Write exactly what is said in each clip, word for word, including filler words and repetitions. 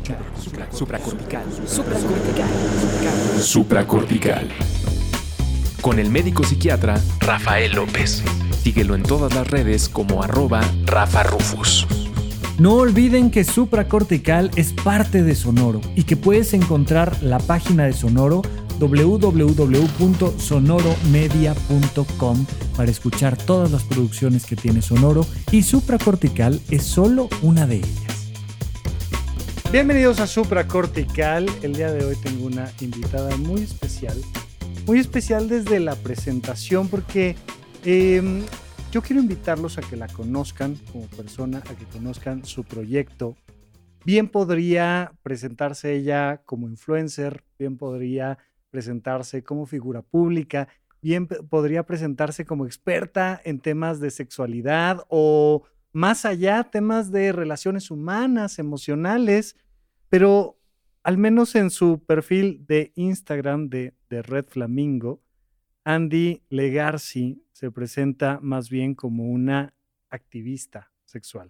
escuchar supracortical. Supracortical. Supracortical. Con el médico psiquiatra Rafael López. Síguelo en todas las redes como arroba Rafa Rufus. No olviden que Supracortical es parte de Sonoro y que puedes encontrar la página de Sonoro doble u doble u doble u punto sonoro media punto com para escuchar todas las producciones que tiene Sonoro, y Supracortical es solo una de ellas. Bienvenidos a Supracortical. El día de hoy tengo una invitada muy especial, muy especial desde la presentación, porque eh, yo quiero invitarlos a que la conozcan como persona, a que conozcan su proyecto. Bien podría presentarse ella como influencer, bien podría presentarse como figura pública, bien p- podría presentarse como experta en temas de sexualidad o más allá, temas de relaciones humanas, emocionales, pero al menos en su perfil de Instagram de, de Red Flamingo, Andy Legarcy se presenta más bien como una activista sexual.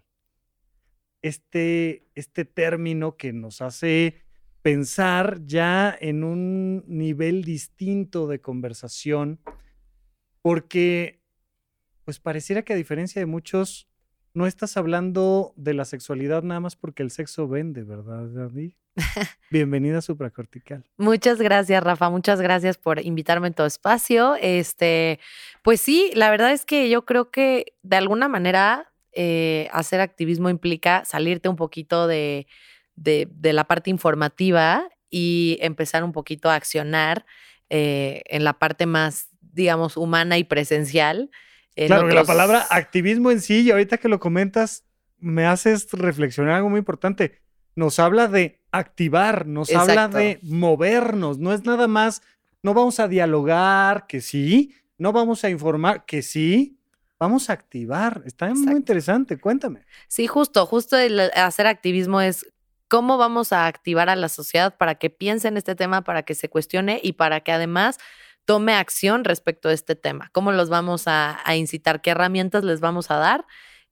Este, este término que nos hace pensar ya en un nivel distinto de conversación, porque pues pareciera que, a diferencia de muchos, no estás hablando de la sexualidad nada más porque el sexo vende, ¿verdad, Andy? Bienvenida a Supracortical. Muchas gracias, Rafa. Muchas gracias por invitarme en tu espacio. Este, pues sí, la verdad es que yo creo que de alguna manera eh, hacer activismo implica salirte un poquito de, de, de la parte informativa y empezar un poquito a accionar eh, en la parte más, digamos, humana y presencial. En Claro, que la otros- palabra activismo en sí, y ahorita que lo comentas, me haces reflexionar algo muy importante. Nos habla de activar, nos habla Exacto. de movernos, no es nada más, no vamos a dialogar, que sí, no vamos a informar, que sí, vamos a activar. Está muy Exacto. interesante, cuéntame. Sí, justo, justo el hacer activismo es cómo vamos a activar a la sociedad para que piense en este tema, para que se cuestione y para que además tome acción respecto a este tema. ¿Cómo los vamos a, a incitar? ¿Qué herramientas les vamos a dar?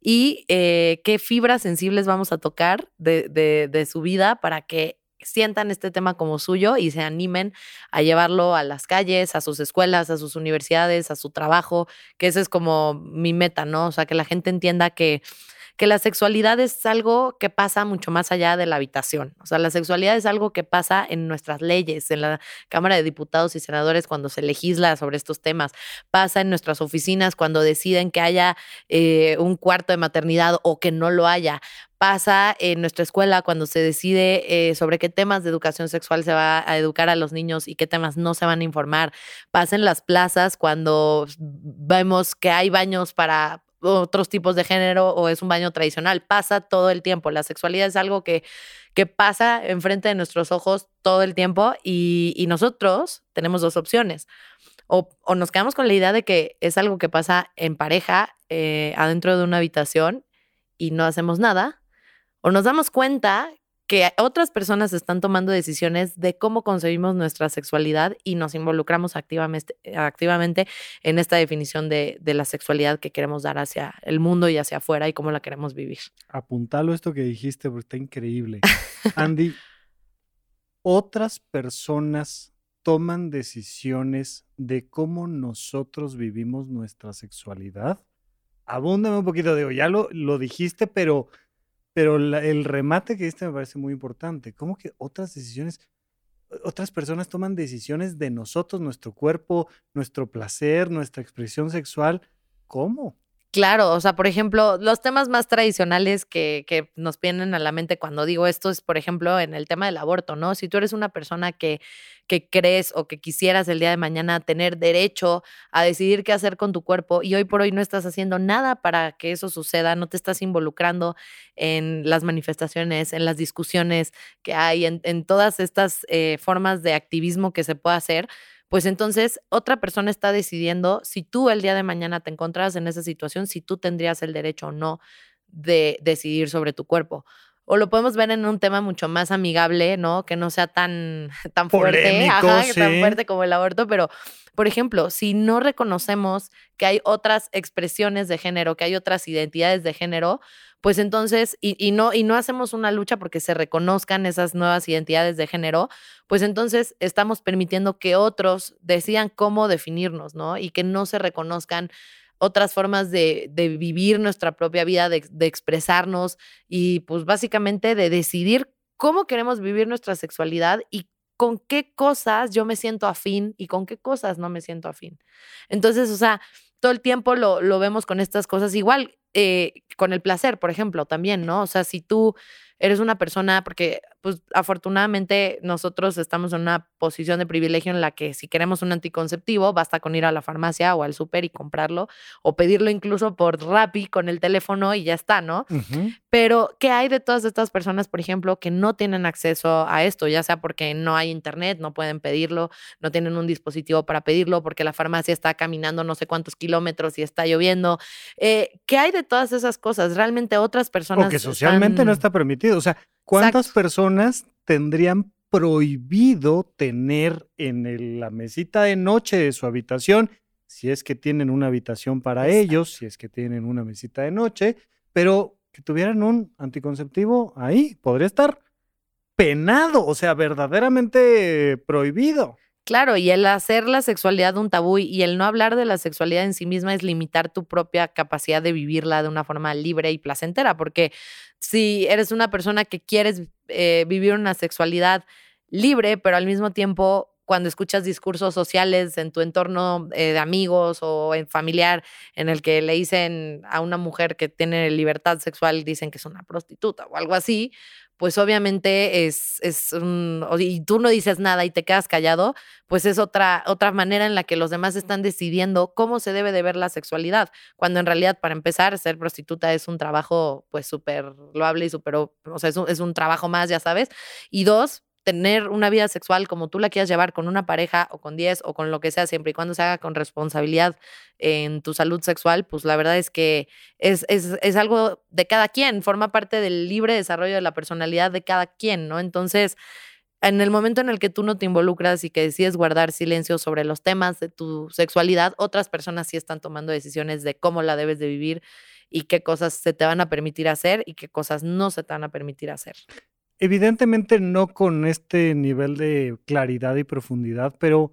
Y eh, qué fibras sensibles vamos a tocar de, de, de su vida para que sientan este tema como suyo y se animen a llevarlo a las calles, a sus escuelas, a sus universidades, a su trabajo, que esa es como mi meta, ¿no? O sea, que la gente entienda que que la sexualidad es algo que pasa mucho más allá de la habitación. O sea, la sexualidad es algo que pasa en nuestras leyes, en la Cámara de Diputados y Senadores cuando se legisla sobre estos temas, pasa en nuestras oficinas cuando deciden que haya eh, un cuarto de maternidad o que no lo haya, pasa en nuestra escuela cuando se decide eh, sobre qué temas de educación sexual se va a educar a los niños y qué temas no se van a informar, pasa en las plazas cuando vemos que hay baños para otros tipos de género o es un baño tradicional, pasa todo el tiempo. La sexualidad es algo que, que pasa enfrente de nuestros ojos todo el tiempo y, y nosotros tenemos dos opciones. O, o nos quedamos con la idea de que es algo que pasa en pareja, eh, adentro de una habitación y no hacemos nada, o nos damos cuenta que otras personas están tomando decisiones de cómo concebimos nuestra sexualidad y nos involucramos activamente, activamente en esta definición de, de la sexualidad que queremos dar hacia el mundo y hacia afuera y cómo la queremos vivir. Apuntalo esto que dijiste porque está increíble. Andy, otras personas toman decisiones de cómo nosotros vivimos nuestra sexualidad. Abúndame un poquito, digo, ya lo, lo dijiste, pero, pero la- el remate que diste me parece muy importante. ¿Cómo que otras decisiones, otras personas toman decisiones de nosotros, nuestro cuerpo, nuestro placer, nuestra expresión sexual? ¿Cómo? Claro, o sea, por ejemplo, los temas más tradicionales que, que nos vienen a la mente cuando digo esto es, por ejemplo, en el tema del aborto, ¿no? Si tú eres una persona que, que crees o que quisieras el día de mañana tener derecho a decidir qué hacer con tu cuerpo y hoy por hoy no estás haciendo nada para que eso suceda, no te estás involucrando en las manifestaciones, en las discusiones que hay, en, en todas estas eh, formas de activismo que se puede hacer, pues entonces otra persona está decidiendo si tú el día de mañana te encontraras en esa situación, si tú tendrías el derecho o no de decidir sobre tu cuerpo. O lo podemos ver en un tema mucho más amigable, ¿no? Que no sea tan, tan fuerte, Polémico, ajá, sí. tan fuerte como el aborto, pero, por ejemplo, si no reconocemos que hay otras expresiones de género, que hay otras identidades de género, pues entonces, y, y, no, y no hacemos una lucha porque se reconozcan esas nuevas identidades de género, pues entonces estamos permitiendo que otros decidan cómo definirnos, ¿no? Y que no se reconozcan otras formas de, de vivir nuestra propia vida, de, de expresarnos y pues básicamente de decidir cómo queremos vivir nuestra sexualidad y con qué cosas yo me siento afín y con qué cosas no me siento afín. Entonces, o sea, todo el tiempo lo, lo vemos con estas cosas. Igual eh, con el placer, por ejemplo, también, ¿no? O sea, si tú eres una persona, porque pues afortunadamente nosotros estamos en una posición de privilegio en la que si queremos un anticonceptivo, basta con ir a la farmacia o al súper y comprarlo, o pedirlo incluso por Rappi con el teléfono y ya está, ¿no? Uh-huh. Pero, ¿qué hay de todas estas personas, por ejemplo, que no tienen acceso a esto? Ya sea porque no hay internet, no pueden pedirlo, no tienen un dispositivo para pedirlo, porque la farmacia está caminando no sé cuántos kilómetros y está lloviendo. Eh, ¿Qué hay de todas esas cosas? Realmente otras personas O que socialmente están... no está permitido. O sea, ¿cuántas Exacto. personas tendrían prohibido tener en el- la mesita de noche de su habitación, si es que tienen una habitación para Exacto. ellos, si es que tienen una mesita de noche, pero que tuvieran un anticonceptivo ahí? Podría estar penado, o sea, verdaderamente prohibido. Claro, y el hacer la sexualidad un tabú y el no hablar de la sexualidad en sí misma es limitar tu propia capacidad de vivirla de una forma libre y placentera, porque si eres una persona que quieres eh, vivir una sexualidad libre, pero al mismo tiempo cuando escuchas discursos sociales en tu entorno eh, de amigos o en familiar en el que le dicen a una mujer que tiene libertad sexual, dicen que es una prostituta o algo así, pues obviamente es, es un, y tú no dices nada y te quedas callado, pues es otra, otra manera en la que los demás están decidiendo cómo se debe de ver la sexualidad, cuando en realidad, para empezar, ser prostituta es un trabajo pues súper loable y súper, o sea, es un, es un trabajo más, ya sabes, y dos, tener una vida sexual como tú la quieras llevar con una pareja o con diez o con lo que sea, siempre y cuando se haga con responsabilidad en tu salud sexual, pues la verdad es que es, es, es algo de cada quien, forma parte del libre desarrollo de la personalidad de cada quien, ¿no? Entonces, en el momento en el que tú no te involucras y que decides guardar silencio sobre los temas de tu sexualidad, otras personas sí están tomando decisiones de cómo la debes de vivir y qué cosas se te van a permitir hacer y qué cosas no se te van a permitir hacer. Evidentemente no con este nivel de claridad y profundidad, pero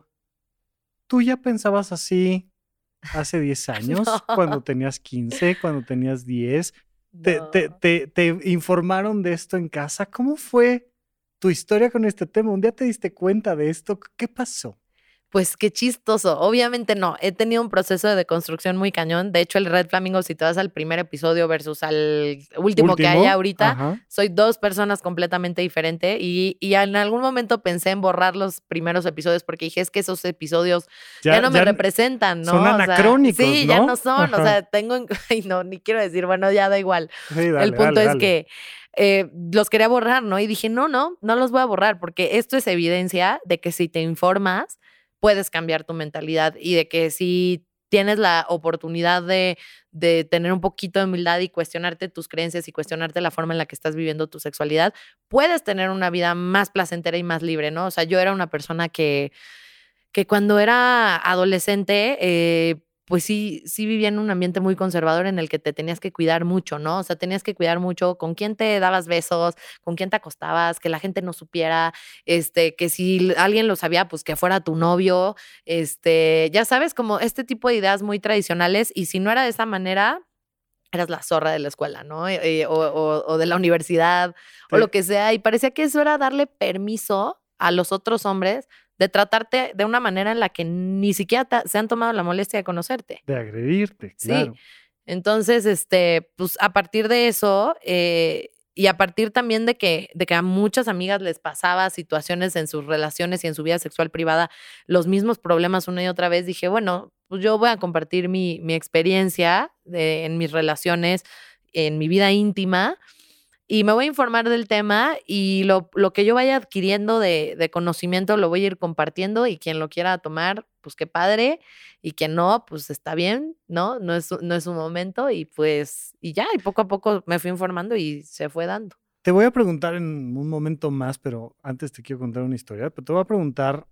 ¿tú ya pensabas así hace diez años? No. Cuando tenías quince, cuando tenías diez. ¿Te, No. te, te, te informaron de esto en casa? ¿Cómo fue tu historia con este tema? ¿Un día te diste cuenta de esto? ¿Qué pasó? Pues qué chistoso. Obviamente no. He tenido un proceso de deconstrucción muy cañón. De hecho, el Red Flamingo, si te vas al primer episodio versus al último, que hay ¿Último? ahorita, Ajá. soy dos personas completamente diferentes. Y, y en algún momento pensé en borrar los primeros episodios porque dije, es que esos episodios ya, Ya, no me ya representan, ¿no? son O sea, anacrónicos, sí, ya ¿no? no son. O Ajá. sea, tengo... en- Ay, no, ni quiero decir, bueno, ya da igual. Sí, dale, El punto dale, es dale. que eh, los quería borrar, ¿no? Y dije, no, no, no los voy a borrar porque esto es evidencia de que si te informas, puedes cambiar tu mentalidad y de que si tienes la oportunidad de, de tener un poquito de humildad y cuestionarte tus creencias y cuestionarte la forma en la que estás viviendo tu sexualidad, puedes tener una vida más placentera y más libre, ¿no? O sea, yo era una persona que, que cuando era adolescente, eh, pues sí, sí vivía en un ambiente muy conservador en el que te tenías que cuidar mucho, ¿no? O sea, tenías que cuidar mucho con quién te dabas besos, con quién te acostabas, que la gente no supiera, este, que si alguien lo sabía, pues que fuera tu novio, este, ya sabes, como este tipo de ideas muy tradicionales, y si no era de esa manera, eras la zorra de la escuela, ¿no? Eh, o, o- o de la universidad, o lo Te, que sea, y parecía que eso era darle permiso a los otros hombres de tratarte de una manera en la que ni siquiera ta- se han tomado la molestia de conocerte. de agredirte, Sí. claro. Entonces, este, pues a partir de eso, eh, y a partir también de que, de que a muchas amigas les pasaba situaciones en sus relaciones y en su vida sexual privada, los mismos problemas una y otra vez, dije, bueno, pues yo voy a compartir mi, mi experiencia de- en mis relaciones, en mi vida íntima, y me voy a informar del tema y lo, lo que yo vaya adquiriendo de, de conocimiento lo voy a ir compartiendo y quien lo quiera tomar, pues qué padre, y quien no, pues está bien, ¿no? No es, su- no es su momento y pues, y ya, y poco a poco me fui informando y se fue dando. te voy a preguntar en un momento más, pero antes te quiero contar una historia, pero te voy a preguntar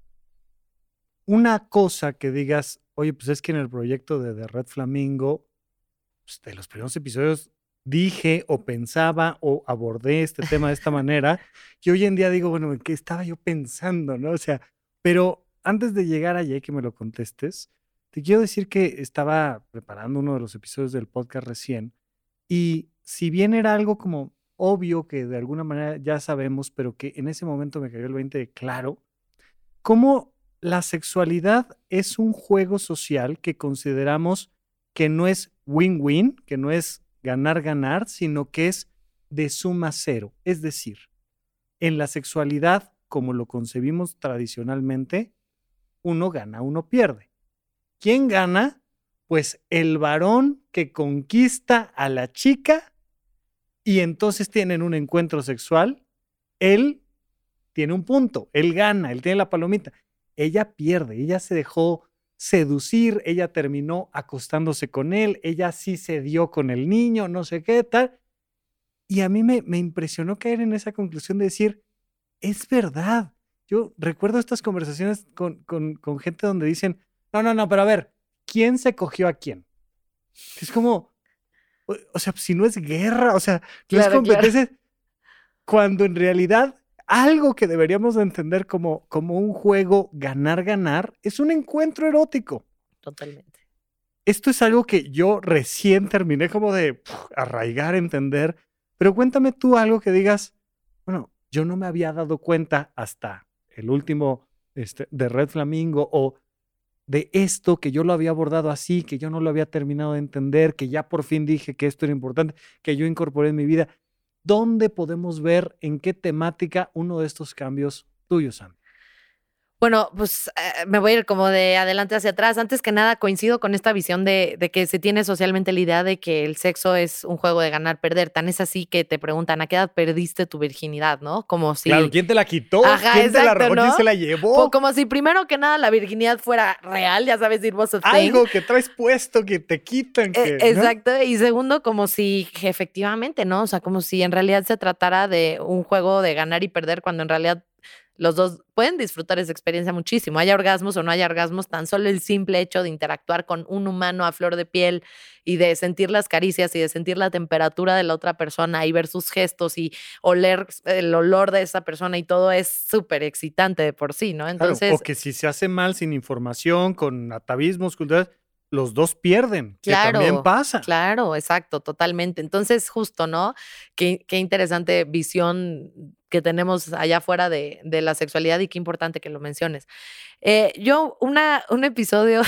una cosa que digas, oye, pues es que en el proyecto de The Red Flamingo, pues de los primeros episodios dije o pensaba o abordé este tema de esta manera, y hoy en día digo, bueno, ¿qué estaba yo pensando, no? O sea, pero antes de llegar allá que me lo contestes, te quiero decir que estaba preparando uno de los episodios del podcast recién, y si bien era algo como obvio que de alguna manera ya sabemos, pero que en ese momento me cayó el veinte de claro, cómo la sexualidad es un juego social que consideramos que no es win-win, que no es ganar-ganar, sino que es de suma cero. Es decir, en la sexualidad, como lo concebimos tradicionalmente, uno gana, uno pierde. ¿Quién gana? Pues el varón que conquista a la chica y entonces tienen un encuentro sexual, él tiene un punto, él gana, él tiene la palomita. Ella pierde, ella se dejó seducir, ella terminó acostándose con él, ella sí se dio con el niño, no sé qué tal. Y a mí me, me impresionó caer en esa conclusión de decir, es verdad. Yo recuerdo estas conversaciones con, con, con gente donde dicen, no, no, no, pero a ver, ¿quién se cogió a quién? Es como, o, o sea, si no es guerra, o sea, no Claro, es competencia, claro. cuando en realidad algo que deberíamos de entender como, como un juego ganar-ganar es un encuentro erótico. Totalmente. Esto es algo que yo recién terminé como de puf, arraigar, entender. Pero cuéntame tú algo que digas, bueno, yo no me había dado cuenta hasta el último este, de Red Flamingo o de esto que yo lo había abordado así, que yo no lo había terminado de entender, que ya por fin dije que esto era importante, que yo incorporé en mi vida. ¿Dónde podemos ver en qué temática uno de estos cambios tuyos, Sam? Bueno, pues eh, me voy a ir como de adelante hacia atrás. Antes que nada, coincido con esta visión de, de que se tiene socialmente la idea de que el sexo es un juego de ganar-perder. Tan es así que te preguntan, ¿a qué edad perdiste tu virginidad, no? Como si... Claro, ¿quién te la quitó? Ajá, ¿Quién te la exacto, robó? ¿no? ¿Quién se la llevó? Po- Como si primero que nada la virginidad fuera real, ya sabes, it was a thing. Algo que traes puesto, que te quitan. Eh, Que, ¿no? exacto, y segundo, como si efectivamente, ¿no? O sea, como si en realidad se tratara de un juego de ganar y perder, cuando en realidad los dos pueden disfrutar esa experiencia muchísimo. Haya orgasmos o no haya orgasmos, tan solo el simple hecho de interactuar con un humano a flor de piel y de sentir las caricias y de sentir la temperatura de la otra persona y ver sus gestos y oler el olor de esa persona y todo es súper excitante de por sí, ¿no? Entonces, claro, o que si se hace mal, sin información, con atavismos culturales, los dos pierden, claro, que también pasa. Claro, exacto, totalmente. Entonces, justo, ¿no? Qué, qué interesante visión que tenemos allá afuera de, de la sexualidad y qué importante que lo menciones. Eh, yo, una, un episodio...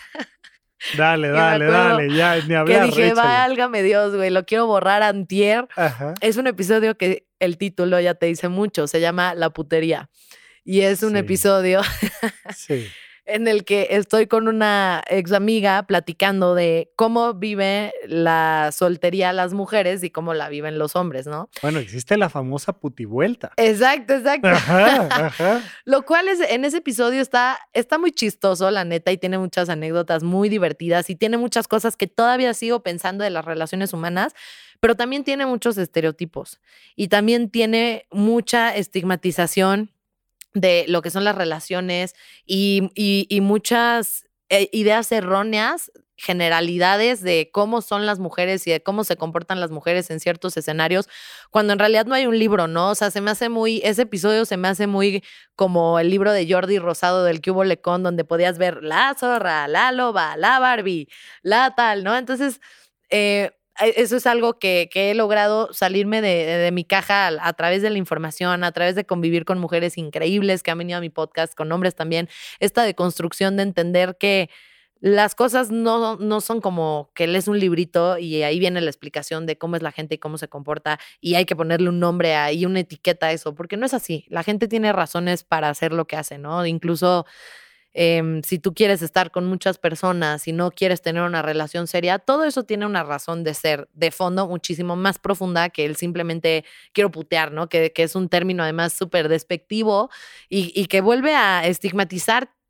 Dale, que me dale, acuerdo dale, ya, ni que hablar, dije, échale. válgame Dios, güey, lo quiero borrar antier. Ajá. Es un episodio que el título ya te dice mucho, se llama La putería. Y es un Sí. episodio Sí. en el que estoy con una ex amiga platicando de cómo vive la soltería las mujeres y cómo la viven los hombres, ¿no? Bueno, existe la famosa putivuelta. Exacto, exacto. Ajá, ajá. Lo cual es, en ese episodio está, está muy chistoso, la neta, y tiene muchas anécdotas muy divertidas y tiene muchas cosas que todavía sigo pensando de las relaciones humanas, pero también tiene muchos estereotipos y también tiene mucha estigmatización de lo que son las relaciones y, y, y muchas eh, ideas erróneas, generalidades de cómo son las mujeres y de cómo se comportan las mujeres en ciertos escenarios, cuando en realidad no hay un libro, ¿no? O sea, se me hace muy, ese episodio se me hace muy como el libro de Jordi Rosado del Que Hubo Lecón, donde podías ver la zorra, la loba, la Barbie, la tal, ¿no? Entonces, eh, eso es algo que, que he logrado salirme de, de, de mi caja a, a través de la información, a través de convivir con mujeres increíbles que han venido a mi podcast, con hombres también, esta deconstrucción de entender que las cosas no, no son como que lees un librito y ahí viene la explicación de cómo es la gente y cómo se comporta y hay que ponerle un nombre ahí, una etiqueta a eso, porque no es así. La gente tiene razones para hacer lo que hace, ¿no? Incluso Eh, si tú quieres estar con muchas personas y no quieres tener una relación seria, todo eso tiene una razón de ser de fondo muchísimo más profunda que el simplemente quiero putear, ¿no? Que, que es un término además súper despectivo y, y que vuelve a estigmatizar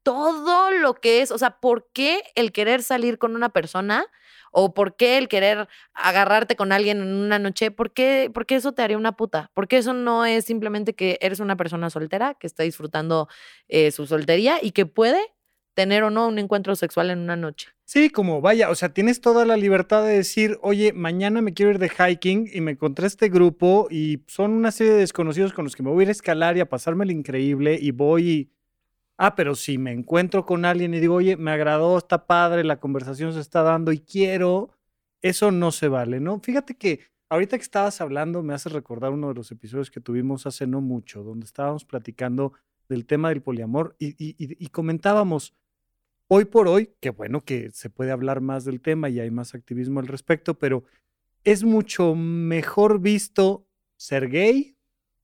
todo lo que es, o sea, ¿por qué el querer salir con una persona o por qué el querer agarrarte con alguien en una noche? ¿Por qué, por qué eso te haría una puta? Porque eso no es simplemente que eres una persona soltera que está disfrutando eh, su soltería y que puede tener o no un encuentro sexual en una noche. Sí, como vaya, o sea, tienes toda la libertad de decir, oye, mañana me quiero ir de hiking y me encontré este grupo y son una serie de desconocidos con los que me voy a ir a escalar y a pasármelo increíble y voy y... Ah, pero si me encuentro con alguien y digo, oye, me agradó, está padre, la conversación se está dando y quiero, eso no se vale, ¿no? Fíjate que ahorita que estabas hablando me hace recordar uno de los episodios que tuvimos hace no mucho, donde estábamos platicando del tema del poliamor y, y, y, y comentábamos, hoy por hoy, que bueno que se puede hablar más del tema y hay más activismo al respecto, pero es mucho mejor visto ser gay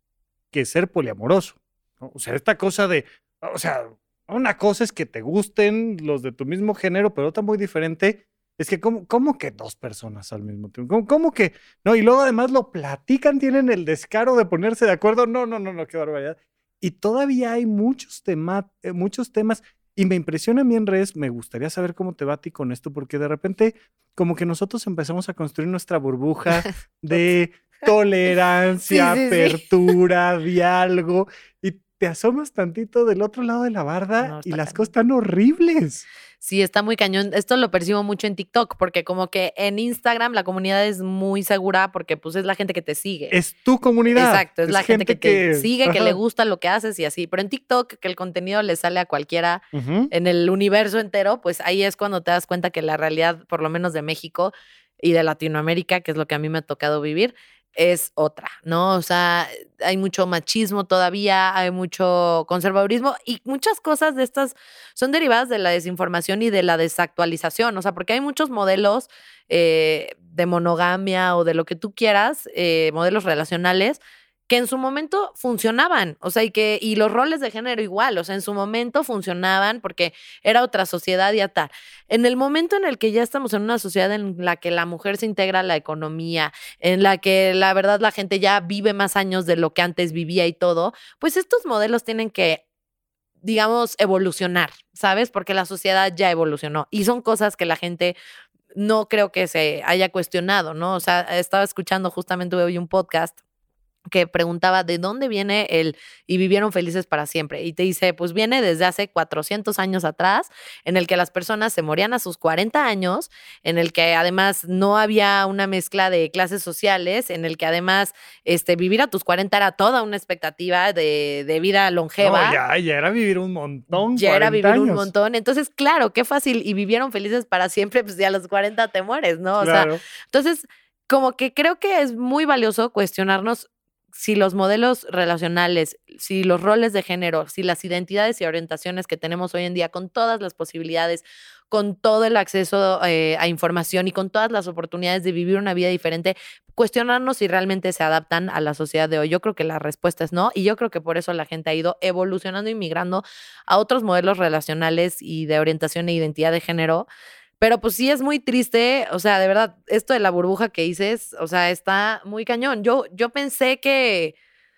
que ser poliamoroso, ¿no? O sea, esta cosa de, o sea, una cosa es que te gusten los de tu mismo género, pero otra muy diferente es que ¿cómo, cómo que dos personas al mismo tiempo? ¿Cómo, cómo que? No, y luego además lo platican, tienen el descaro de ponerse de acuerdo. No, no, no, no, qué barbaridad. Y todavía hay muchos, tema, eh, muchos temas. Y me impresiona a mí en redes, me gustaría saber cómo te va a ti con esto, porque de repente como que nosotros empezamos a construir nuestra burbuja de tolerancia, Sí, sí, sí. apertura, diálogo, y te asomas tantito del otro lado de la barda No, y está las cañón. cosas están horribles. Sí, está muy cañón. Esto lo percibo mucho en TikTok, porque como que en Instagram la comunidad es muy segura porque pues es la gente que te sigue. Es tu comunidad. Exacto, es, la gente, que te sigue, que le gusta lo que haces y así. Pero en TikTok, que el contenido le sale a cualquiera Ujú. en el universo entero, pues ahí es cuando te das cuenta que la realidad, por lo menos de México y de Latinoamérica, que es lo que a mí me ha tocado vivir, es otra, ¿no? O sea, hay mucho machismo todavía, hay mucho conservadurismo y muchas cosas de estas son derivadas de la desinformación y de la desactualización, o sea, porque hay muchos modelos eh, de monogamia o de lo que tú quieras, eh, modelos relacionales, que en su momento funcionaban, o sea, y que y los roles de género igual, o sea, en su momento funcionaban porque era otra sociedad y ya tal. En el momento en el que ya estamos en una sociedad en la que la mujer se integra a la economía, en la que la verdad la gente ya vive más años de lo que antes vivía y todo, pues estos modelos tienen que, digamos, evolucionar, ¿sabes? Porque la sociedad ya evolucionó y son cosas que la gente no creo que se haya cuestionado, ¿no? O sea, estaba escuchando justamente hoy un podcast que preguntaba de dónde viene el y vivieron felices para siempre. Y te dice, pues viene desde hace cuatrocientos años atrás, en el que las personas se morían a sus cuarenta años, en el que además no había una mezcla de clases sociales, en el que además este, vivir a tus cuarenta era toda una expectativa de, de vida longeva. No, ya, ya era vivir un montón. Ya era vivir años. un montón. Entonces, claro, qué fácil. Y vivieron felices para siempre, pues ya a los cuarenta te mueres, ¿no? O Claro. sea, entonces, como que creo que es muy valioso cuestionarnos si los modelos relacionales, si los roles de género, si las identidades y orientaciones que tenemos hoy en día con todas las posibilidades, con todo el acceso eh, a información y con todas las oportunidades de vivir una vida diferente, cuestionarnos si realmente se adaptan a la sociedad de hoy. Yo creo que la respuesta es no y yo creo que por eso la gente ha ido evolucionando y migrando a otros modelos relacionales y de orientación e identidad de género. Pero pues sí es muy triste, o sea, de verdad, esto de la burbuja que dices, o sea, está muy cañón. Yo, yo pensé que,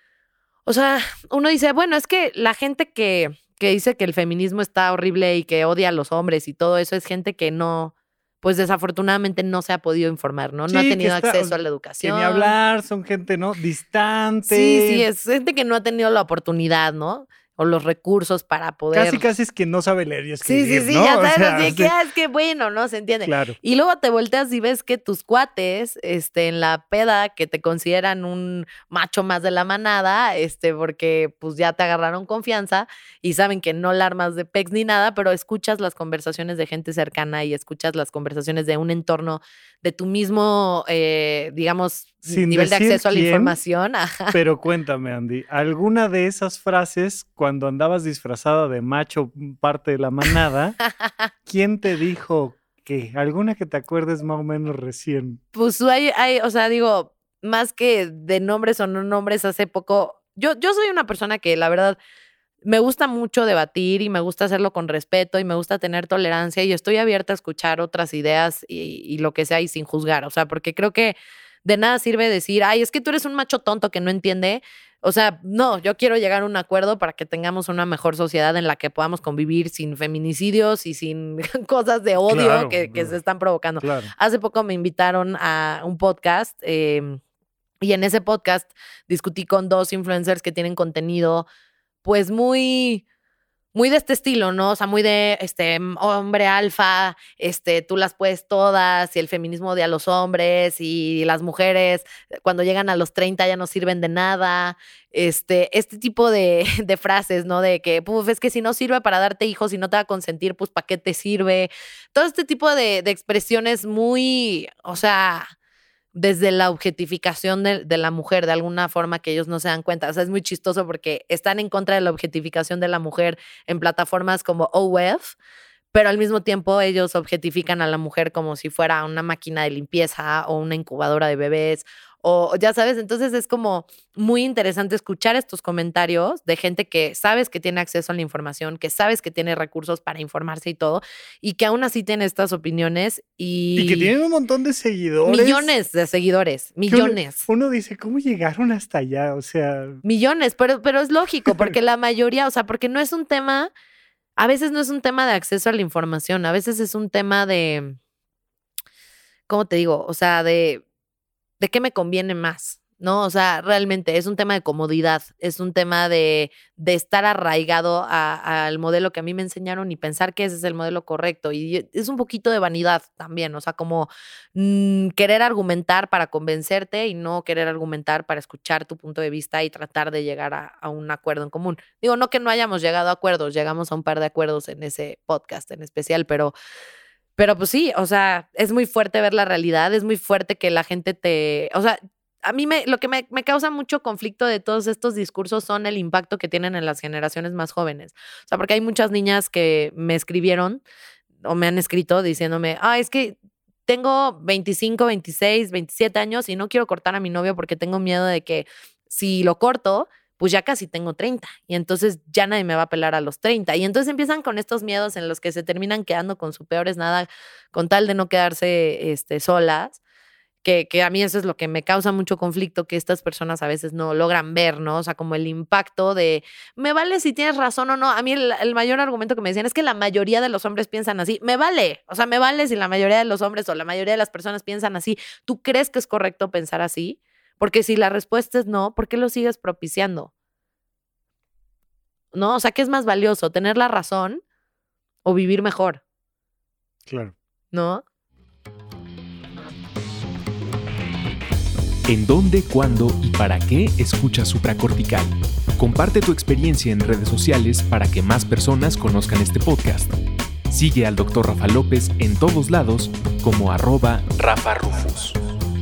o sea, uno dice, bueno, es que la gente que, que dice que el feminismo está horrible y que odia a los hombres y todo eso es gente que no, pues desafortunadamente no se ha podido informar, ¿no? Sí, no ha que tenido está- acceso a la Que educación. ni hablar, son gente, ¿no? Distante. Sí, sí, es gente que no ha tenido la oportunidad, ¿no? O los recursos para poder. Casi, casi es que no sabe leer y Sí, escribir, sí, sí, ¿no? ya O sabes, sea, así sí, que, ah, es que bueno, ¿no? Se entiende. claro. Y luego te volteas y ves que tus cuates, este, en la peda, que te consideran un macho más de la manada, este, porque pues ya te agarraron confianza y saben que no la armas de pex ni nada, pero escuchas las conversaciones de gente cercana y escuchas las conversaciones de un entorno de tu mismo, eh, digamos, Sin nivel de decir acceso a la quién, información. Ajá. Pero cuéntame, Andy, ¿alguna de esas frases, cuando andabas disfrazada de macho, parte de la manada, quién te dijo qué? ¿Alguna que te acuerdes más o menos recién? Pues hay, hay, o sea, digo, más que de nombres o no nombres, hace poco, yo, yo soy una persona que la verdad me gusta mucho debatir y me gusta hacerlo con respeto y me gusta tener tolerancia y estoy abierta a escuchar otras ideas y, y lo que sea y sin juzgar, o sea, porque creo que de nada sirve decir, ay, es que tú eres un macho tonto que no entiende. O sea, no, yo quiero llegar a un acuerdo para que tengamos una mejor sociedad en la que podamos convivir sin feminicidios y sin cosas de odio Claro, que, que claro. se están provocando. Claro. Hace poco me invitaron a un podcast eh, y en ese podcast discutí con dos influencers que tienen contenido pues muy... muy de este estilo, ¿no? O sea, muy de este hombre alfa, este, tú las puedes todas, y el feminismo odia a los hombres, y las mujeres cuando llegan a los treinta ya no sirven de nada. Este, este tipo de, de frases, ¿no? De que, puf, es que si no sirve para darte hijos y no te va a consentir, pues ¿para qué te sirve? Todo este tipo de, de expresiones muy, o sea, desde la objetificación de, de la mujer, de alguna forma que ellos no se dan cuenta. O sea, es muy chistoso porque están en contra de la objetificación de la mujer en plataformas como O F, pero al mismo tiempo ellos objetifican a la mujer como si fuera una máquina de limpieza o una incubadora de bebés, o ya sabes, entonces es como muy interesante escuchar estos comentarios de gente que sabes que tiene acceso a la información, que sabes que tiene recursos para informarse y todo, y que aún así tiene estas opiniones y... Y que tienen un montón de seguidores. Millones de seguidores, millones. Uno, uno dice, ¿cómo llegaron hasta allá? O sea... Millones, pero, pero es lógico, porque la mayoría, o sea, porque no es un tema, a veces no es un tema de acceso a la información, a veces es un tema de, ¿cómo te digo? O sea, de, de qué me conviene más, ¿no? O sea, realmente es un tema de comodidad, es un tema de, de estar arraigado a- al modelo que a mí me enseñaron y pensar que ese es el modelo correcto. Y es un poquito de vanidad también, o sea, como mm, querer argumentar para convencerte y no querer argumentar para escuchar tu punto de vista y tratar de llegar a, a un acuerdo en común. Digo, no que no hayamos llegado a acuerdos, llegamos a un par de acuerdos en ese podcast en especial, pero... Pero pues sí, o sea, es muy fuerte ver la realidad, es muy fuerte que la gente te, o sea, a mí me, lo que me, me causa mucho conflicto de todos estos discursos son el impacto que tienen en las generaciones más jóvenes. O sea, porque hay muchas niñas que me escribieron o me han escrito diciéndome, ah, es que tengo veinticinco, veintiséis, veintisiete años y no quiero cortar a mi novio porque tengo miedo de que si lo corto, pues ya casi tengo treinta y entonces ya nadie me va a pelar a los treinta. Y entonces empiezan con estos miedos en los que se terminan quedando con su peor es nada con tal de no quedarse este, solas, que, que a mí eso es lo que me causa mucho conflicto, que estas personas a veces no logran ver, ¿no? O sea, como el impacto de, me vale si tienes razón o no. A mí el, el mayor argumento que me decían es que la mayoría de los hombres piensan así. Me vale, o sea, me vale si la mayoría de los hombres o la mayoría de las personas piensan así. ¿Tú crees que es correcto pensar así? Porque si la respuesta es no, ¿por qué lo sigues propiciando? ¿No? O sea, ¿qué es más valioso? ¿Tener la razón o vivir mejor? Claro. ¿No? ¿En dónde, cuándo y para qué escuchas supracortical? Comparte tu experiencia en redes sociales para que más personas conozcan este podcast. Sigue al doctor Rafa López en todos lados como arroba Rafa Rufus.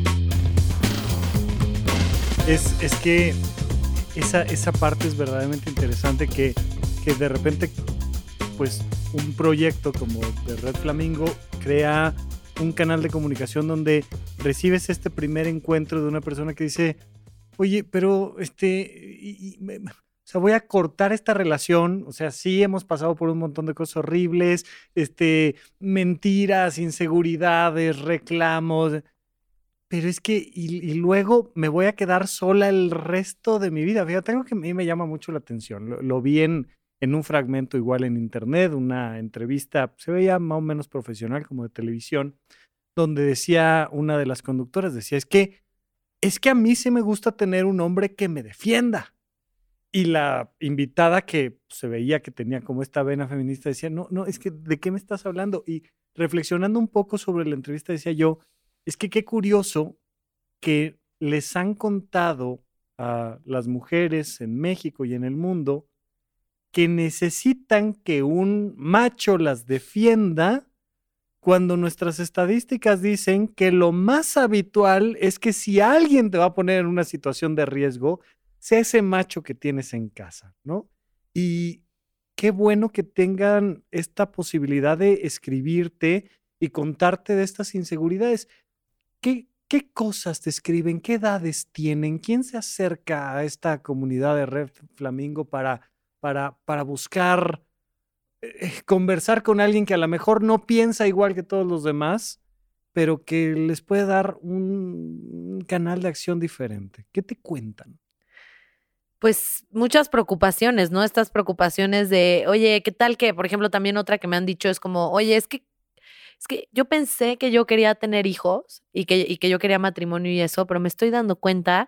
Es, es que esa, esa parte es verdaderamente interesante que, que de repente, pues, un proyecto como de Red Flamingo crea un canal de comunicación donde recibes este primer encuentro de una persona que dice, oye, pero este, y, y me, o sea, voy a cortar esta relación, o sea, sí hemos pasado por un montón de cosas horribles, este, mentiras, inseguridades, reclamos, pero es que, y, y luego me voy a quedar sola el resto de mi vida. Fíjate, algo que a mí me llama mucho la atención. Lo, lo vi en, en un fragmento igual en internet, una entrevista, se veía más o menos profesional como de televisión, donde decía una de las conductoras, decía, es que, es que a mí sí me gusta tener un hombre que me defienda. Y la invitada que se veía que tenía como esta vena feminista decía, no, no, es que, ¿de qué me estás hablando? Y reflexionando un poco sobre la entrevista decía yo, es que qué curioso que les han contado a las mujeres en México y en el mundo que necesitan que un macho las defienda cuando nuestras estadísticas dicen que lo más habitual es que si alguien te va a poner en una situación de riesgo, sea ese macho que tienes en casa, ¿no? Y qué bueno que tengan esta posibilidad de escribirte y contarte de estas inseguridades. ¿Qué, qué cosas te escriben? ¿Qué edades tienen? ¿Quién se acerca a esta comunidad de Red Flamingo para, para, para buscar eh, conversar con alguien que a lo mejor no piensa igual que todos los demás, pero que les puede dar un, un canal de acción diferente? ¿Qué te cuentan? Pues muchas preocupaciones, ¿no? Estas preocupaciones de, oye, ¿qué tal que, por ejemplo, también otra que me han dicho es como, oye, es que es que yo pensé que yo quería tener hijos y que, y que yo quería matrimonio y eso, pero me estoy dando cuenta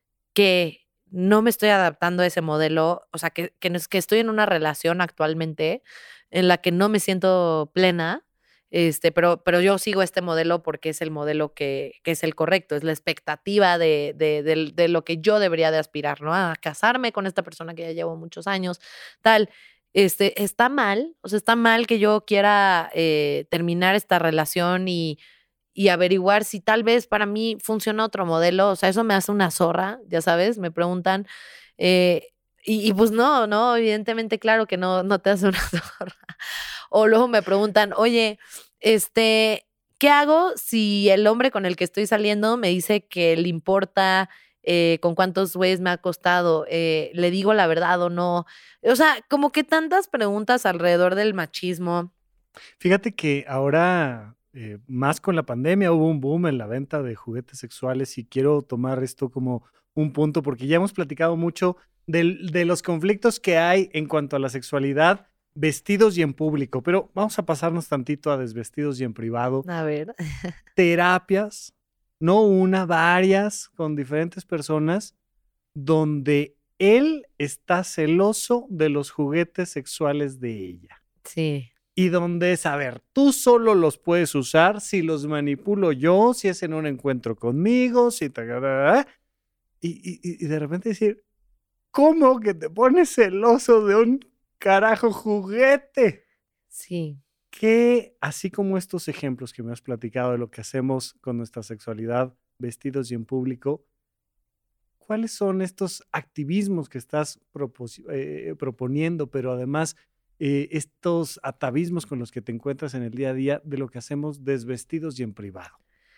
que no me estoy adaptando a ese modelo, o sea, que, que, no es- que estoy en una relación actualmente en la que no me siento plena, este, pero, pero yo sigo este modelo porque es el modelo que, que es el correcto, es la expectativa de, de, del- de lo que yo debería de aspirar, ¿no? A casarme con esta persona que ya llevo muchos años, tal. Este, está mal, o sea, está mal que yo quiera eh, terminar esta relación y y averiguar si tal vez para mí funciona otro modelo, o sea, eso me hace una zorra, ya sabes, me preguntan, eh, y, y pues no, no, evidentemente, claro que no, no te hace una zorra. O luego me preguntan, oye, este, ¿qué hago si el hombre con el que estoy saliendo me dice que le importa eh, con cuántos güeyes me ha costado? Eh, ¿le digo la verdad o no? O sea, como que tantas preguntas alrededor del machismo. Fíjate que ahora, eh, más con la pandemia, hubo un boom en la venta de juguetes sexuales y quiero tomar esto como un punto porque ya hemos platicado mucho del- de los conflictos que hay en cuanto a la sexualidad, vestidos y en público, pero vamos a pasarnos tantito a desvestidos y en privado. A ver, Terapias, no una, varias, con diferentes personas, donde él está celoso de los juguetes sexuales de ella. sí. Y donde es, a ver, tú solo los puedes usar si los manipulo yo, si es en un encuentro conmigo, si te... Y, y, y de repente decir, ¿cómo que te pones celoso de un carajo juguete? Sí. Que así como estos ejemplos que me has platicado de lo que hacemos con nuestra sexualidad, vestidos y en público, ¿cuáles son estos activismos que estás propos- eh, proponiendo, pero además eh, estos atavismos con los que te encuentras en el día a día de lo que hacemos desvestidos y en privado?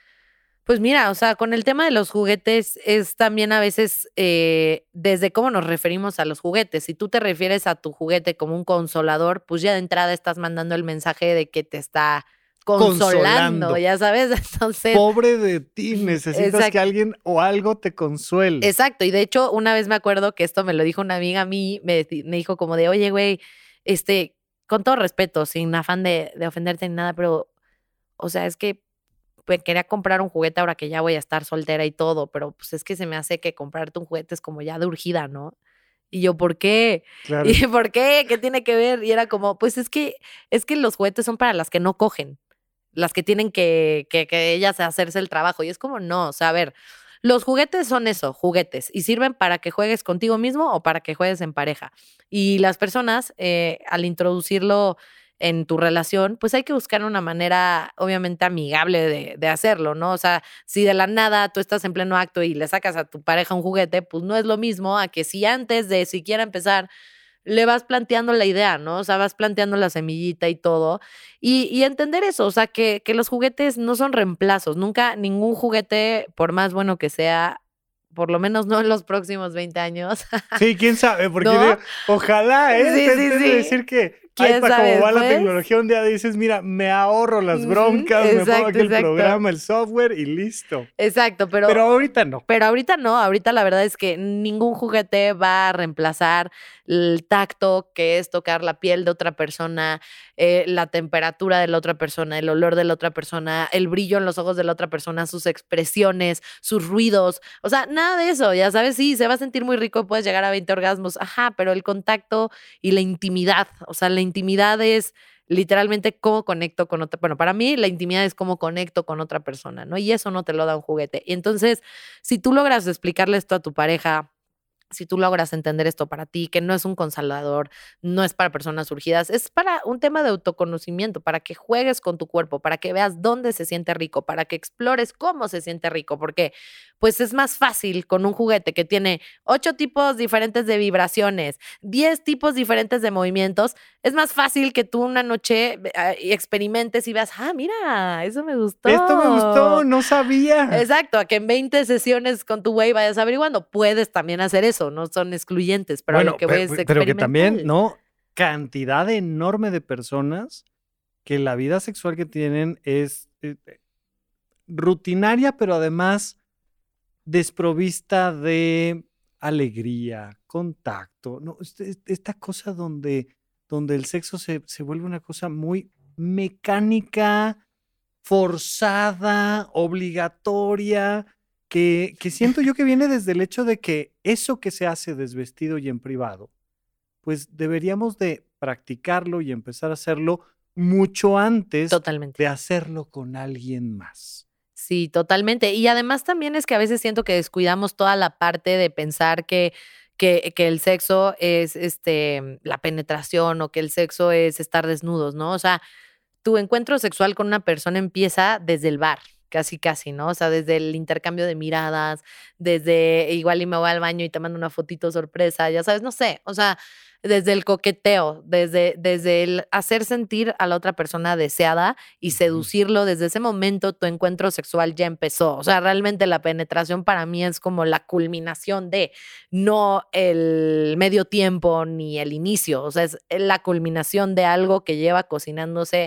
Pues mira, o sea, con el tema de los juguetes es también a veces eh, desde cómo nos referimos a los juguetes. Si tú te refieres a tu juguete como un consolador, pues ya de entrada estás mandando el mensaje de que te está consolando, Consolando. ya sabes. Entonces, Pobre de ti, necesitas que exacto. alguien o algo te consuele. Exacto, y de hecho, una vez me acuerdo que esto me lo dijo una amiga a mí, me, di- me dijo como de, oye, güey, este, con todo respeto, sin afán de, de ofenderte ni nada, pero, o sea, es que pues, quería comprar un juguete ahora que ya voy a estar soltera y todo, pero pues es que se me hace que comprarte un juguete es como ya de urgida, ¿no? Y yo, ¿por qué? Claro. ¿Y por qué? ¿Qué tiene que ver? Y era como, pues es que, es que los juguetes son para las que no cogen, las que tienen que, que, que ellas hacerse el trabajo. Y es como, no, o sea, a ver, los juguetes son eso, juguetes, y sirven para que juegues contigo mismo o para que juegues en pareja. Y las personas, eh, al introducirlo en tu relación, pues hay que buscar una manera, obviamente, amigable de, de hacerlo, ¿no? O sea, si de la nada tú estás en pleno acto y le sacas a tu pareja un juguete, pues no es lo mismo a que si antes de siquiera empezar le vas planteando la idea, ¿no? O sea, vas planteando la semillita y todo. Y, y entender eso, o sea, que, que los juguetes no son reemplazos. Nunca, ningún juguete, por más bueno que sea, por lo menos no en los próximos veinte años, Sí, quién sabe, porque ¿no? digo, ojalá, ¿eh? Sí, Te sí, entiendo sí. decir que, ay, ¿Quién para sabe cómo va la después? tecnología, un día dices, mira, me ahorro las Ujú, broncas, me pongo exacto, aquí el exacto. programa, el software y listo. Exacto, pero, Pero ahorita no. pero ahorita no, ahorita la verdad es que ningún juguete va a reemplazar el tacto, que es tocar la piel de otra persona, eh, la temperatura de la otra persona, el olor de la otra persona, el brillo en los ojos de la otra persona, sus expresiones, sus ruidos, o sea, nada de eso, ya sabes, sí, se va a sentir muy rico, puedes llegar a veinte orgasmos, ajá, pero el contacto y la intimidad, o sea, la intimidad es literalmente cómo conecto con otra, bueno, para mí la intimidad es cómo conecto con otra persona, ¿no? Y eso no te lo da un juguete. Y entonces, si tú logras explicarle esto a tu pareja, si tú logras entender esto para ti, que no es un consolador, no es para personas surgidas, es para un tema de autoconocimiento, para que juegues con tu cuerpo, para que veas dónde se siente rico, para que explores cómo se siente rico, porque pues es más fácil con un juguete que tiene ocho tipos diferentes de vibraciones, diez tipos diferentes de movimientos, es más fácil que tú una noche eh, experimentes y veas, ah, mira, eso me gustó. Esto me gustó, no sabía. Exacto, a que en veinte sesiones con tu güey vayas averiguando. Puedes también hacer eso, no son excluyentes, pero a Bueno, lo que voy pe- es pe- pero que también, experimental. ¿no? Cantidad enorme de personas que la vida sexual que tienen es eh, eh, rutinaria, pero además desprovista de alegría, contacto, ¿no? Este- esta cosa donde, donde el sexo se, se vuelve una cosa muy mecánica, forzada, obligatoria, que, que siento yo que viene desde el hecho de que eso que se hace desvestido y en privado, pues deberíamos de practicarlo y empezar a hacerlo mucho antes Totalmente. de hacerlo con alguien más. Sí, totalmente. Y además también es que a veces siento que descuidamos toda la parte de pensar que, que, que el sexo es este, la penetración o que el sexo es estar desnudos, ¿no? O sea, tu encuentro sexual con una persona empieza desde el bar, casi, casi, ¿no? O sea, desde el intercambio de miradas, desde igual y me voy al baño y te mando una fotito sorpresa, ya sabes, no sé, o sea, desde el coqueteo, desde, desde el hacer sentir a la otra persona deseada y Ujú. seducirlo, desde ese momento tu encuentro sexual ya empezó. O sea, realmente la penetración para mí es como la culminación de, no el medio tiempo ni el inicio, o sea, es la culminación de algo que lleva cocinándose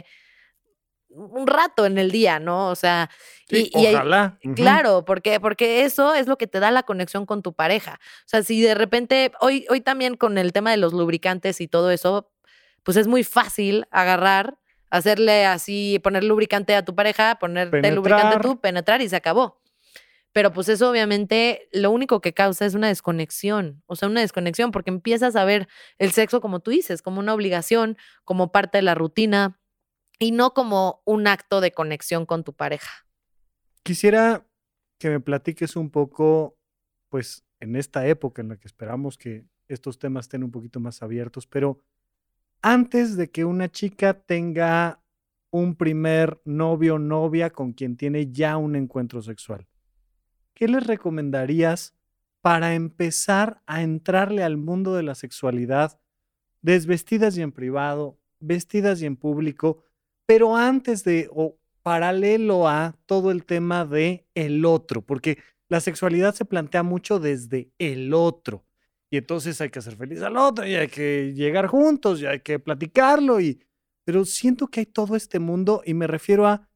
un rato en el día, ¿no? O sea, Sí, y, y ahí- ojalá. Ujú. claro, porque, porque eso es lo que te da la conexión con tu pareja. O sea, si de repente, hoy, hoy también con el tema de los lubricantes y todo eso, pues es muy fácil agarrar, hacerle así, poner lubricante a tu pareja, ponerte lubricante Penetrar. tú, penetrar y se acabó. Pero pues eso obviamente lo único que causa es una desconexión, o sea, una desconexión porque empiezas a ver el sexo como tú dices, como una obligación, como parte de la rutina y no como un acto de conexión con tu pareja. Quisiera que me platiques un poco, pues, en esta época en la que esperamos que estos temas estén un poquito más abiertos, pero antes de que una chica tenga un primer novio o novia con quien tiene ya un encuentro sexual, ¿qué les recomendarías para empezar a entrarle al mundo de la sexualidad, desvestidas y en privado, vestidas y en público, pero antes de o paralelo a todo el tema de el otro? Porque la sexualidad se plantea mucho desde el otro. Y entonces hay que hacer feliz al otro y hay que llegar juntos y hay que platicarlo. Y, pero siento que hay todo este mundo y me refiero a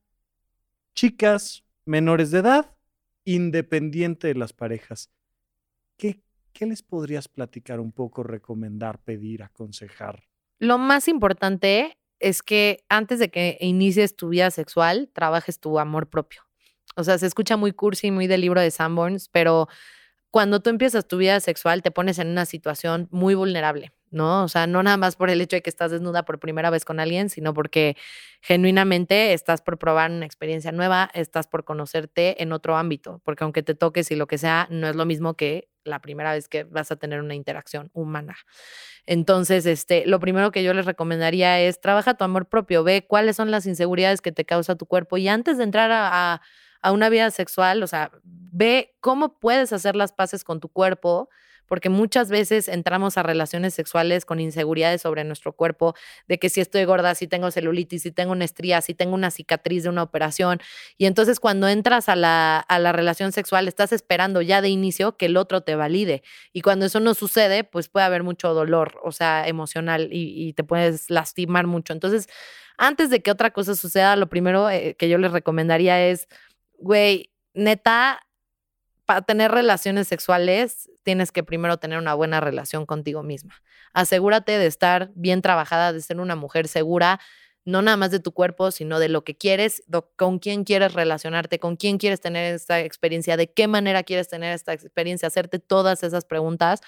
chicas menores de edad, independiente de las parejas. ¿Qué, qué les podrías platicar un poco, recomendar, pedir, aconsejar? Lo más importante es que antes de que inicies tu vida sexual, trabajes tu amor propio. O sea, se escucha muy cursi, muy del libro de Sanborns, pero cuando tú empiezas tu vida sexual te pones en una situación muy vulnerable, ¿no? O sea, no nada más por el hecho de que estás desnuda por primera vez con alguien, sino porque genuinamente estás por probar una experiencia nueva, estás por conocerte en otro ámbito, porque aunque te toques y lo que sea, no es lo mismo que la primera vez que vas a tener una interacción humana. Entonces, este, lo primero que yo les recomendaría es trabaja tu amor propio, ve cuáles son las inseguridades que te causa tu cuerpo y antes de entrar a, a, a una vida sexual, o sea, ve cómo puedes hacer las paces con tu cuerpo, porque muchas veces entramos a relaciones sexuales con inseguridades sobre nuestro cuerpo, de que si estoy gorda, si tengo celulitis, si tengo una estría, si tengo una cicatriz de una operación. Y entonces cuando entras a la, a la relación sexual, estás esperando ya de inicio que el otro te valide. Y cuando eso no sucede, pues puede haber mucho dolor, o sea, emocional y, y te puedes lastimar mucho. Entonces, antes de que otra cosa suceda, lo primero eh, que yo les recomendaría es, güey, neta, para tener relaciones sexuales tienes que primero tener una buena relación contigo misma. Asegúrate de estar bien trabajada, de ser una mujer segura, no nada más de tu cuerpo, sino de lo que quieres, do- con quién quieres relacionarte, con quién quieres tener esta experiencia, de qué manera quieres tener esta experiencia, hacerte todas esas preguntas.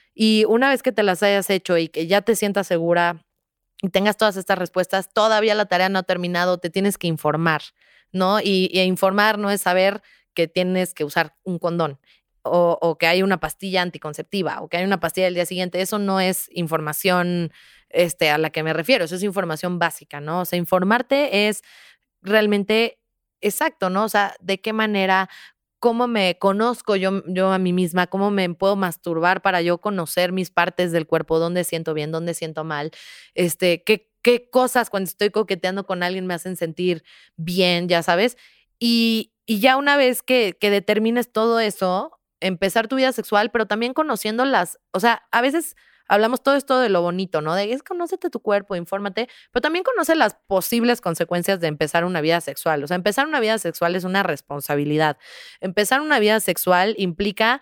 Y una vez que te las hayas hecho y que ya te sientas segura y tengas todas estas respuestas, todavía la tarea no ha terminado, te tienes que informar, ¿no? Y, y informar no es saber que tienes que usar un condón o, o que hay una pastilla anticonceptiva o que hay una pastilla del día siguiente. Eso no es información este, a la que me refiero, eso es información básica, ¿no? O sea, informarte es realmente exacto, ¿no? O sea, de qué manera, cómo me conozco yo, yo a mí misma, cómo me puedo masturbar para yo conocer mis partes del cuerpo, dónde siento bien, dónde siento mal, este, qué, qué cosas cuando estoy coqueteando con alguien me hacen sentir bien, ya sabes. Y, y ya una vez que, que determines todo eso, empezar tu vida sexual, pero también conociendo las, o sea, a veces hablamos todo esto de lo bonito, ¿no? De es conócete tu cuerpo, infórmate, pero también conoce las posibles consecuencias de empezar una vida sexual. O sea, empezar una vida sexual es una responsabilidad. Empezar una vida sexual implica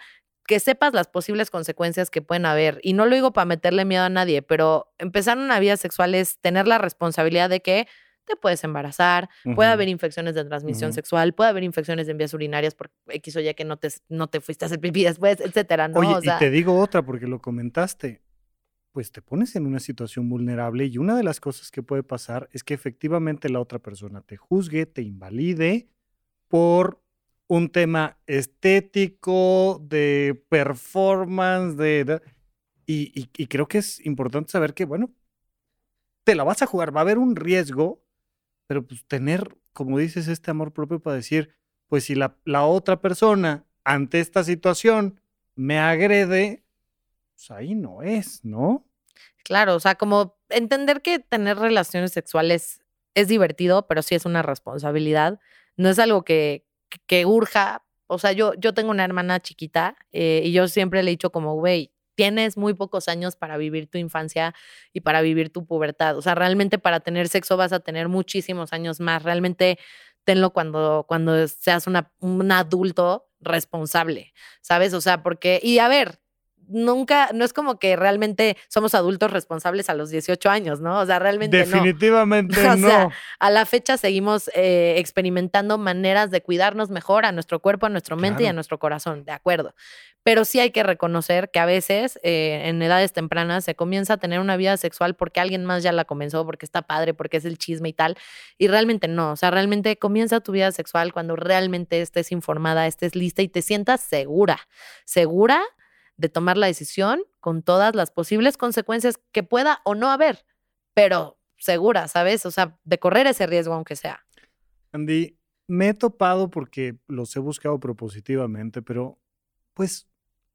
que sepas las posibles consecuencias que pueden haber. Y no lo digo para meterle miedo a nadie, pero empezar una vida sexual es tener la responsabilidad de que te puedes embarazar, uh-huh. puede haber infecciones de transmisión uh-huh. sexual, puede haber infecciones en vías urinarias por X o Y que no te, no te fuiste a hacer pipí después, etcétera, ¿no? Oye, o sea, y te digo otra porque lo comentaste. Pues te pones en una situación vulnerable y una de las cosas que puede pasar es que efectivamente la otra persona te juzgue, te invalide por un tema estético, de performance, de... de y, y, y creo que es importante saber que, bueno, te la vas a jugar, va a haber un riesgo, pero pues tener, como dices, este amor propio para decir, pues si la, la otra persona ante esta situación me agrede, pues ahí no es, ¿no? Claro, o sea, como entender que tener relaciones sexuales es divertido, pero sí es una responsabilidad. No es algo que, que, que urja. O sea, yo, yo tengo una hermana chiquita eh, y yo siempre le he dicho como, güey, tienes muy pocos años para vivir tu infancia y para vivir tu pubertad. O sea, realmente para tener sexo vas a tener muchísimos años más. Realmente tenlo cuando, cuando seas una, un adulto responsable, ¿sabes? O sea, porque, y a ver, nunca, no es como que realmente somos adultos responsables a los dieciocho años, ¿no? O sea, realmente definitivamente no. no. O sea, a la fecha seguimos eh, experimentando maneras de cuidarnos mejor a nuestro cuerpo, a nuestra mente claro. y a nuestro corazón, de acuerdo. Pero sí hay que reconocer que a veces eh, en edades tempranas se comienza a tener una vida sexual porque alguien más ya la comenzó, porque está padre, porque es el chisme y tal, y realmente no. O sea, realmente comienza tu vida sexual cuando realmente estés informada, estés lista y te sientas segura, segura de tomar la decisión con todas las posibles consecuencias que pueda o no haber, pero segura, ¿sabes? O sea, de correr ese riesgo aunque sea. Andy, me he topado porque los he buscado propositivamente, pero pues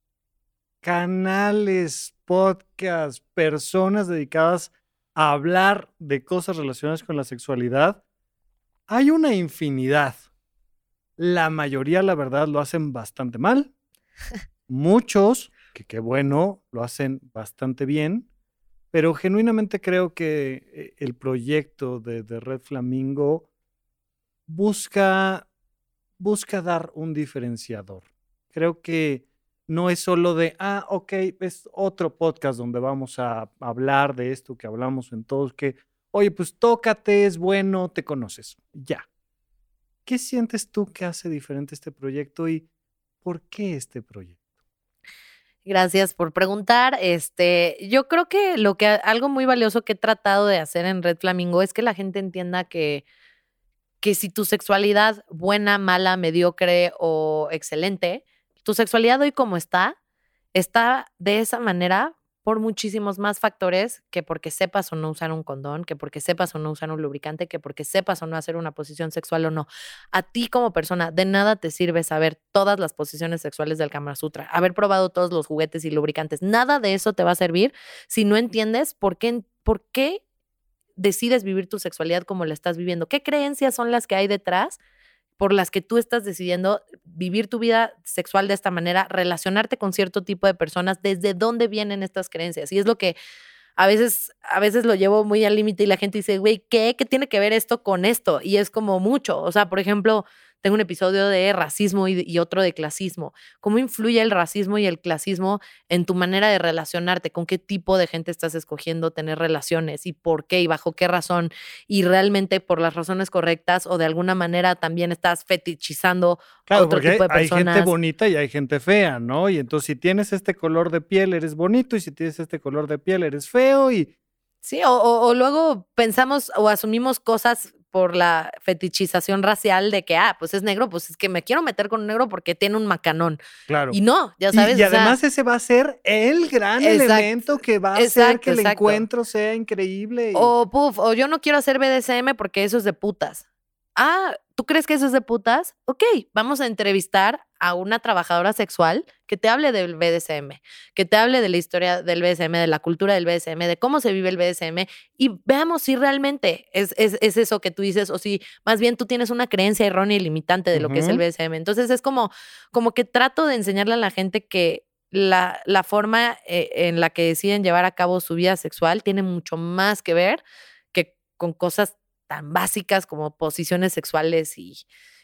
canales, podcasts, personas dedicadas a hablar de cosas relacionadas con la sexualidad, hay una infinidad. La mayoría, la verdad, lo hacen bastante mal. Muchos, que qué bueno, lo hacen bastante bien, pero genuinamente creo que el proyecto de, de Red Flamingo busca, busca dar un diferenciador. Creo que no es solo de, ah, ok, es otro podcast donde vamos a hablar de esto que hablamos en todos, que, oye, pues tócate, es bueno, te conoces, ya. ¿Qué sientes tú que hace diferente este proyecto y por qué este proyecto? Gracias por preguntar. Este, yo creo que lo que algo muy valioso que he tratado de hacer en Red Flamingo es que la gente entienda que, que si tu sexualidad buena, mala, mediocre o excelente, tu sexualidad hoy como está, está de esa manera por muchísimos más factores que porque sepas o no usar un condón, que porque sepas o no usar un lubricante, que porque sepas o no hacer una posición sexual o no. A ti como persona, de nada te sirve saber todas las posiciones sexuales del Kama Sutra, haber probado todos los juguetes y lubricantes. Nada de eso te va a servir si no entiendes por qué, por qué decides vivir tu sexualidad como la estás viviendo. ¿Qué creencias son las que hay detrás por las que tú estás decidiendo vivir tu vida sexual de esta manera, relacionarte con cierto tipo de personas? ¿Desde dónde vienen estas creencias? Y es lo que a veces, a veces lo llevo muy al límite y la gente dice, güey, ¿qué? ¿Qué tiene que ver esto con esto? Y es como mucho. O sea, por ejemplo, tengo un episodio de racismo y, y otro de clasismo. ¿Cómo influye el racismo y el clasismo en tu manera de relacionarte? ¿Con qué tipo de gente estás escogiendo tener relaciones? ¿Y por qué? ¿Y bajo qué razón? Y realmente por las razones correctas o de alguna manera también estás fetichizando claro, otro tipo de personas. Hay gente bonita y hay gente fea, ¿no? Y entonces si tienes este color de piel eres bonito y si tienes este color de piel eres feo y... Sí, o, o, o luego pensamos o asumimos cosas por la fetichización racial de que, ah, pues es negro, pues es que me quiero meter con un negro porque tiene un macanón. Claro. Y no, ya sabes. Y, y o además sea, ese va a ser el gran exacto, elemento que va a exacto, hacer que el exacto. encuentro sea increíble. Y... O, puf, o yo no quiero hacer B D S M porque eso es de putas. Ah, ¿tú crees que eso es de putas? Ok, vamos a entrevistar a una trabajadora sexual que te hable del B D S M, que te hable de la historia del B D S M, de la cultura del B D S M, de cómo se vive el B D S M y veamos si realmente es, es, es eso que tú dices o si más bien tú tienes una creencia errónea y limitante de lo uh-huh. que es el B D S M. Entonces es como, como que trato de enseñarle a la gente que la, la forma eh, en la que deciden llevar a cabo su vida sexual tiene mucho más que ver que con cosas tan básicas como posiciones sexuales y,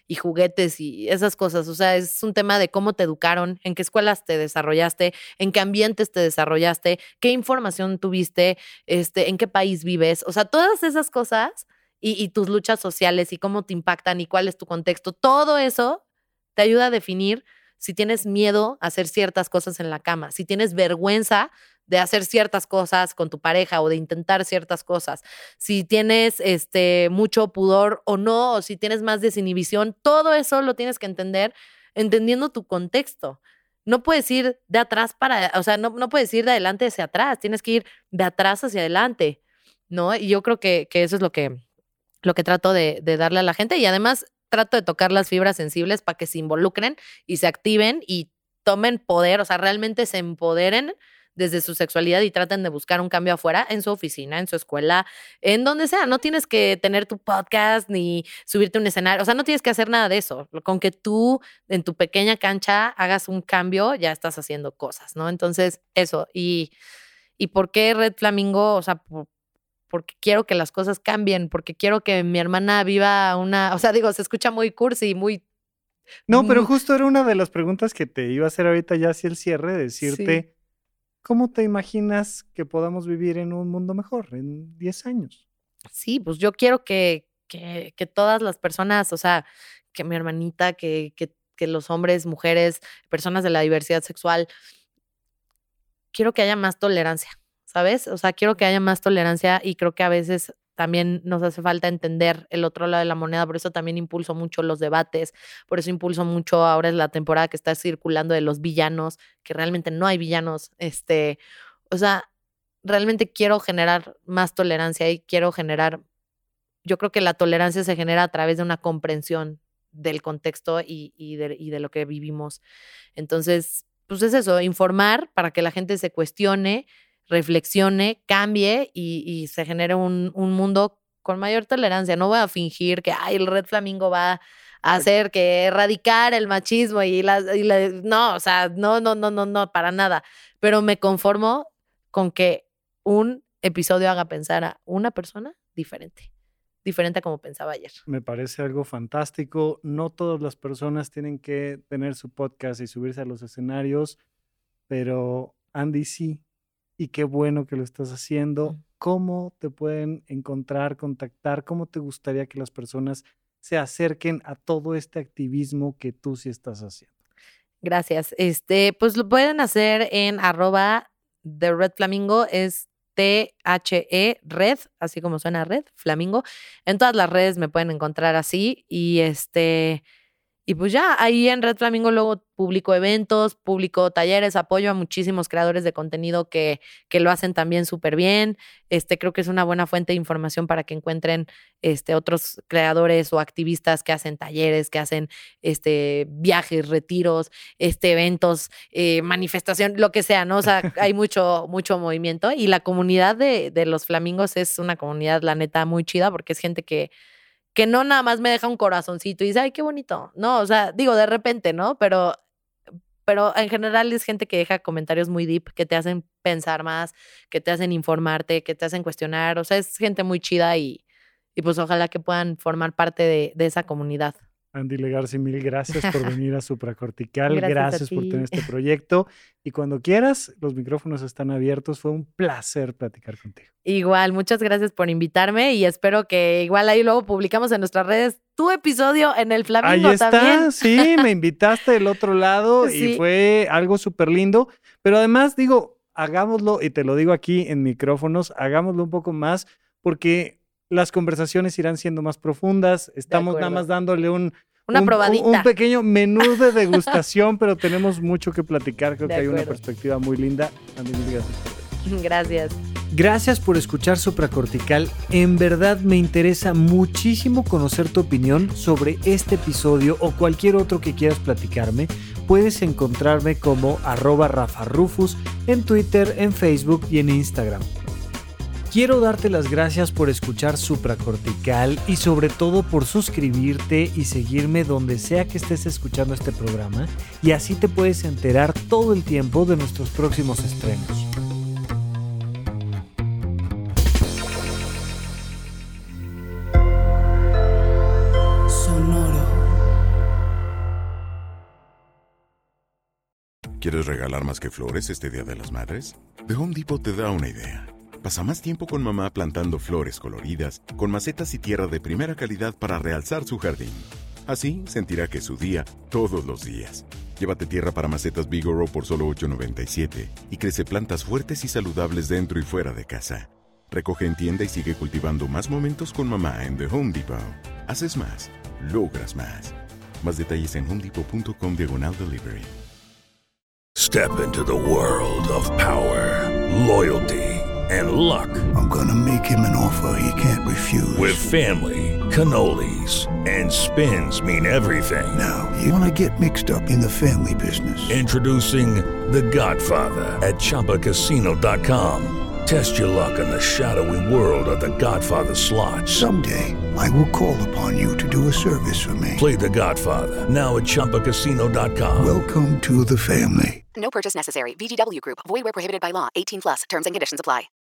y juguetes y esas cosas. O sea, es un tema de cómo te educaron, en qué escuelas te desarrollaste, en qué ambientes te desarrollaste, qué información tuviste, este, en qué país vives. O sea, todas esas cosas y, y tus luchas sociales y cómo te impactan y cuál es tu contexto. Todo eso te ayuda a definir si tienes miedo a hacer ciertas cosas en la cama, si tienes vergüenza de hacer ciertas cosas con tu pareja o de intentar ciertas cosas, si tienes este, mucho pudor o no, o si tienes más desinhibición, todo eso lo tienes que entender entendiendo tu contexto. No puedes ir de atrás para, o sea, no, no puedes ir de adelante hacia atrás, tienes que ir de atrás hacia adelante, ¿no? Y yo creo que, que eso es lo que, lo que trato de, de darle a la gente y además trato de tocar las fibras sensibles para que se involucren y se activen y tomen poder, o sea, realmente se empoderen desde su sexualidad y traten de buscar un cambio afuera, en su oficina, en su escuela, en donde sea. No tienes que tener tu podcast ni subirte a un escenario. O sea, no tienes que hacer nada de eso. Con que tú, en tu pequeña cancha, hagas un cambio, ya estás haciendo cosas, ¿no? Entonces, eso. ¿Y, y por qué Red Flamingo? O sea, por, porque quiero que las cosas cambien, porque quiero que mi hermana viva una... O sea, digo, se escucha muy cursi, muy... No, pero justo era una de las preguntas que te iba a hacer ahorita ya hacia el cierre, decirte... Sí. ¿Cómo te imaginas que podamos vivir en un mundo mejor en diez años? Sí, pues yo quiero que, que, que todas las personas, o sea, que mi hermanita, que, que, que los hombres, mujeres, personas de la diversidad sexual, quiero que haya más tolerancia, ¿sabes? O sea, quiero que haya más tolerancia y creo que a veces también nos hace falta entender el otro lado de la moneda, por eso también impulso mucho los debates, por eso impulso mucho, ahora es la temporada que está circulando de los villanos, que realmente no hay villanos, este, o sea, realmente quiero generar más tolerancia y quiero generar, yo creo que la tolerancia se genera a través de una comprensión del contexto y, y, de, y de lo que vivimos. Entonces, pues es eso, informar para que la gente se cuestione, reflexione, cambie y, y se genere un, un mundo con mayor tolerancia. No voy a fingir que ay, el Red Flamingo va a hacer que erradicar el machismo y la, y la... No, o sea, no, no, no, no, no, para nada. Pero me conformo con que un episodio haga pensar a una persona diferente. Diferente a como pensaba ayer. Me parece algo fantástico. No todas las personas tienen que tener su podcast y subirse a los escenarios, pero Andy sí. Y qué bueno que lo estás haciendo. ¿Cómo te pueden encontrar, contactar? ¿Cómo te gustaría que las personas se acerquen a todo este activismo que tú sí estás haciendo? Gracias. Este, pues lo pueden hacer en arroba de Red Flamingo, es T H E Red, así como suena Red Flamingo. En todas las redes me pueden encontrar así y este... Y pues ya, ahí en Red Flamingo luego publico eventos, publico talleres, apoyo a muchísimos creadores de contenido que, que lo hacen también súper bien. Este, creo que es una buena fuente de información para que encuentren este, otros creadores o activistas que hacen talleres, que hacen este, viajes, retiros, este, eventos, eh, manifestación, lo que sea, ¿no? O sea, hay mucho, mucho movimiento y la comunidad de, de los flamingos es una comunidad, la neta, muy chida porque es gente que que no nada más me deja un corazoncito y dice, ay, qué bonito. No, o sea, digo, de repente, ¿no? Pero, pero en general es gente que deja comentarios muy deep, que te hacen pensar más, que te hacen informarte, que te hacen cuestionar. O sea, es gente muy chida y, y pues ojalá que puedan formar parte de, de esa comunidad. Andy Legarci, mil gracias por venir a Supracortical. Gracias, gracias por tener este proyecto. Y cuando quieras, los micrófonos están abiertos. Fue un placer platicar contigo. Igual, muchas gracias por invitarme y espero que igual ahí luego publicamos en nuestras redes tu episodio en el Flamingo. Ahí está, también. Sí, me invitaste del otro lado sí. Y fue algo súper lindo. Pero además, digo, hagámoslo, y te lo digo aquí en micrófonos, hagámoslo un poco más porque las conversaciones irán siendo más profundas. Estamos nada más dándole un, una un, probadita. Un, un pequeño menú de degustación, pero tenemos mucho que platicar. Creo de que acuerdo. Hay una perspectiva muy linda. Andy, gracias. Gracias. Gracias por escuchar Supracortical. En verdad me interesa muchísimo conocer tu opinión sobre este episodio o cualquier otro que quieras platicarme. Puedes encontrarme como arroba Rafa Rufus en Twitter, en Facebook y en Instagram. Quiero darte las gracias por escuchar Supracortical y sobre todo por suscribirte y seguirme donde sea que estés escuchando este programa y así te puedes enterar todo el tiempo de nuestros próximos estrenos. Sonoro. ¿Quieres regalar más que flores este Día de las Madres? The Home Depot te da una idea. Pasa más tiempo con mamá plantando flores coloridas, con macetas y tierra de primera calidad para realzar su jardín. Así sentirá que es su día todos los días. Llévate tierra para macetas Bigoro por solo ocho noventa y siete y crece plantas fuertes y saludables dentro y fuera de casa. Recoge en tienda y sigue cultivando más momentos con mamá en The Home Depot. Haces más, logras más. Más detalles en homedepot.com diagonal delivery. Step into the world of power, loyalty, and luck. I'm gonna make him an offer he can't refuse. With family, cannolis, and spins mean everything. Now, you wanna get mixed up in the family business. Introducing The Godfather at Chumba Casino dot com. Test your luck in the shadowy world of The Godfather slot. Someday, I will call upon you to do a service for me. Play The Godfather, now at Chumba Casino dot com. Welcome to the family. No purchase necessary. V G W Group. Void where prohibited by law. eighteen plus. Terms and conditions apply.